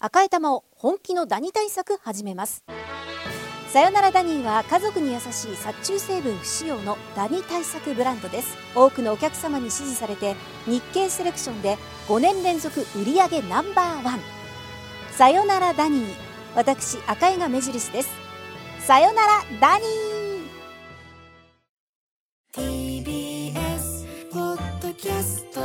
赤い玉を本気のダニ対策始めます。さよならダニーは家族に優しい殺虫成分不使用のダニ対策ブランドです。多くのお客様に支持されて日経セレクションで5年連続売上No.1。さよならダニー、私赤井が目印です。さよならダニー。 TBS ポッドキャスト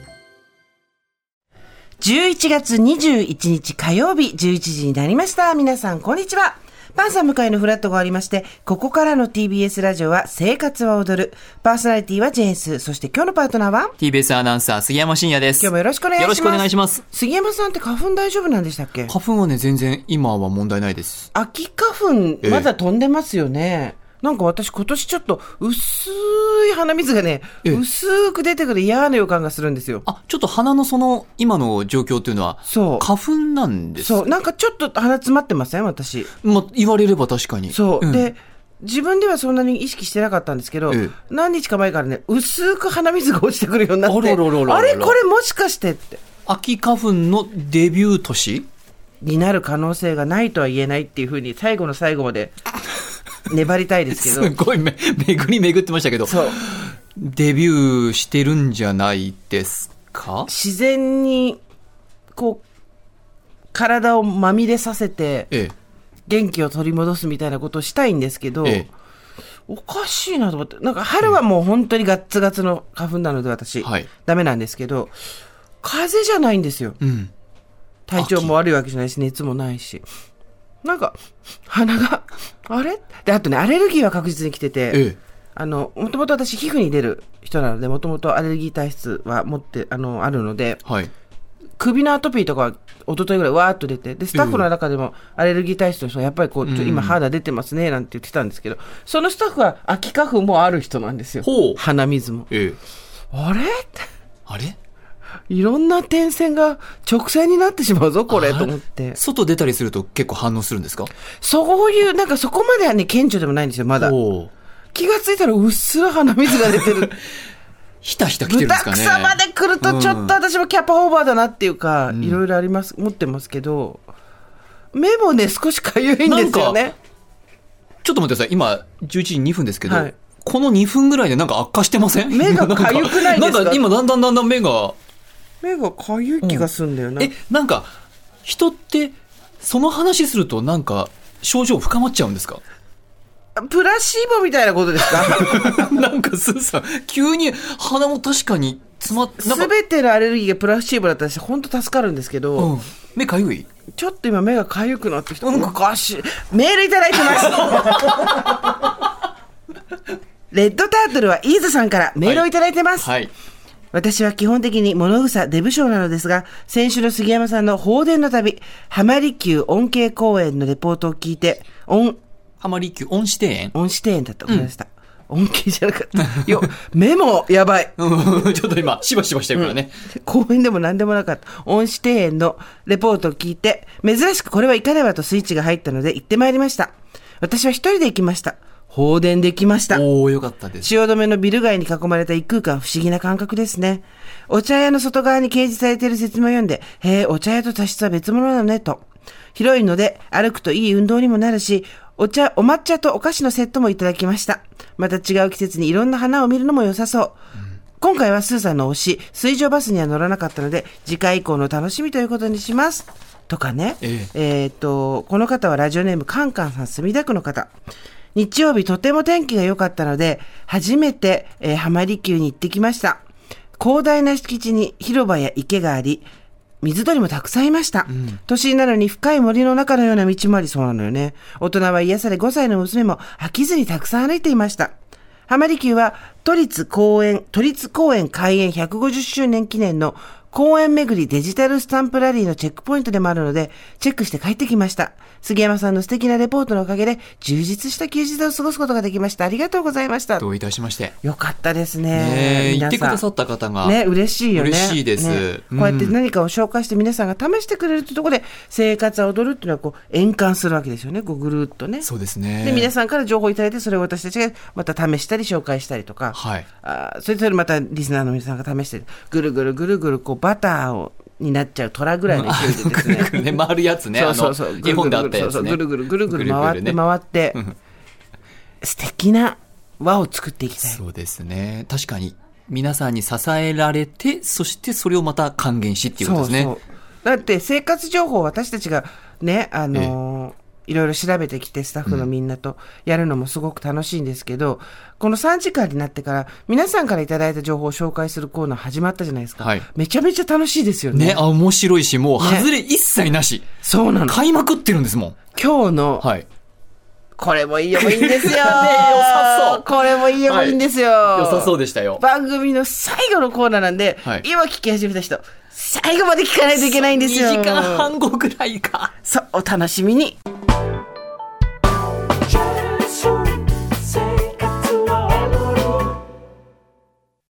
11月21日火曜日11時になりました。皆さんこんにちは。パンサー向かいのフラットがありまして、ここからの TBS ラジオは生活は踊る。パーソナリティはジェーンス。そして今日のパートナーは TBS アナウンサー杉山真也です。 今日もよろしくお願いします。 よろしくお願いします。 杉山さんって花粉大丈夫なんでしたっけ？ 花粉はね、全然今は問題ないです。 秋花粉まだ飛んでますよね。なんか私今年ちょっと薄い鼻水がね、薄く出てくる嫌な予感がするんですよ。 あ、ちょっと鼻のその今の状況っていうのは花粉なんですか？ そう、なんかちょっと鼻詰まってません？私。 言われれば確かに。 そう、で自分ではそんなに意識してなかったんですけど、何日か前からね、薄く鼻水が落ちてくるようになって、あれこれもしかしてって。 秋花粉のデビュー年になる可能性がないとは言えないっていうふうに最後の最後まで粘りたいですけどすごい巡り巡ってましたけど、そうデビューしてるんじゃないですか？ 自然にこう体をまみれさせて、元気を取り戻すみたいなことをしたいんですけど、おかしいなと思って、なんか春はもう本当にガッツガツの花粉なので私、ダメなんですけど、風邪じゃないんですよ、体調も悪いわけじゃないし熱もないし、なんか鼻があれで、あとねアレルギーは確実に来てて、もともと私皮膚に出る人なので、もともとアレルギー体質は持ってあるので、首のアトピーとか一昨日ぐらいわーっと出て、でスタッフの中でもアレルギー体質の人はやっぱりこう今肌出てますねなんて言ってたんですけど、そのスタッフは秋花粉もある人なんですよ。鼻水も、あれいろんな点線が直線になってしまうぞこれと思って。 外出たりすると結構反応するんですか？ そういうなんかそこまではね顕著でもないんですよまだ。気がついたらうっすら鼻水が出てるひたひた来てるんですかね。 豚草まで来るとちょっと私もキャパオーバーだなっていうか、いろいろあります、持ってますけど、目もね少しかゆいんですよね。 ちょっと待ってください、今11時2分ですけど、この2分ぐらいでなんか悪化してません？ 目がかゆくないですか？ なんか今だんだん目がかゆい気がするんだよな、 なんか人ってその話するとなんか症状深まっちゃうんですか？ プラシーボみたいなことですか？ なんかスーさん急に鼻も確かに詰まって、 全てのアレルギーがプラシーボだったら本当助かるんですけど、 目かゆい？ちょっと今目がかゆくなってきた。メールいただいてますレッドタートルは飯津さんからメールをいただいてます、私は基本的に物草デブ症なのですが、先週の杉山さんの放電の旅、浜離宮恩恵公園のレポートを聞いて、 浜離宮恩賜庭園？ 恩賜庭園だった。ごめんなさい。恩恵じゃなかった。目もやばい。 ちょっと今、しばしばしてるからね。 公園でも何でもなかった。恩賜庭園のレポートを聞いて、珍しくこれはいかねばとスイッチが入ったので行ってまいりました。私は一人で行きました。放電できました。 よかったです。 汐留のビル街に囲まれた一空間、不思議な感覚ですね。お茶屋の外側に掲示されている説明を読んで、お茶屋と茶室は別物なのねと。広いので歩くといい運動にもなるし、お抹茶とお菓子のセットもいただきました。また違う季節にいろんな花を見るのも良さそう。今回はスーさんの推し、水上バスには乗らなかったので、次回以降の楽しみということにします。とかね。この方はラジオネームカンカンさん、墨田区の方。日曜日とても天気が良かったので、初めて、浜離宮に行ってきました。広大な敷地に広場や池があり、水鳥もたくさんいました。都心なのに深い森の中のような道もあり、そうなのよね。大人は癒され5歳の娘も飽きずにたくさん歩いていました。浜離宮は都立公園開園150周年記念の公園巡りデジタルスタンプラリーのチェックポイントでもあるので、チェックして帰ってきました。杉山さんの素敵なレポートのおかげで、充実した休日を過ごすことができました。ありがとうございました。 どういたしまして。 よかったですね。 言ってくださった方が。 嬉しいよね。 嬉しいです。 こうやって何かを紹介して皆さんが試してくれるというところで、生活は踊るっていうのはこう、円環するわけですよね。こうぐるっとね。 そうですね。 で、皆さんから情報をいただいて、それを私たちがまた試したり紹介したりとか。それまたリスナーの皆さんが試して、ぐるぐるこうバターをになっちゃう虎ぐらいの勢いでですね。 ぐるぐるね、回るやつね。 そう絵本であったやつね。 ぐるぐるぐるぐる回って回って、素敵な輪を作っていきたい。 そうですね。確かに。皆さんに支えられて、そしてそれをまた還元しっていうことですね。 そうだって生活情報を私たちがね、いろいろ調べてきてスタッフのみんなとやるのもすごく楽しいんですけど、この3時間になってから皆さんからいただいた情報を紹介するコーナー始まったじゃないですか。はい、めちゃめちゃ楽しいですよね。 ね、面白いし、もう外れ一切なし。 そうなの。 買いまくってるんですもん。 今日の、 はい。 これもいいよ、いいんですよ。ね、良さそう。 これもいいよ、いいんですよ。 良さそうでしたよ。 番組の最後のコーナーなんで、今聞き始めた人、最後まで聞かないといけないんですよ。 2時間半後ぐらいか。 そう、お楽しみに。